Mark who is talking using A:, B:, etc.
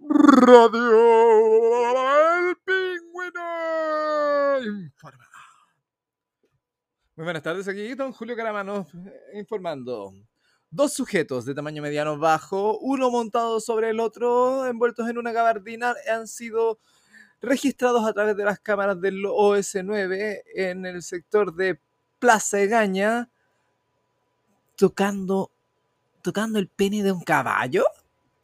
A: Radio El Pingüino informa. Muy buenas tardes, aquí don Julio Caramano informando. Dos sujetos de tamaño mediano bajo, uno montado sobre el otro, envueltos en una gabardina, han sido registrados a través de las cámaras del OS9 en el sector de Plaza Egaña, tocando el pene de un caballo.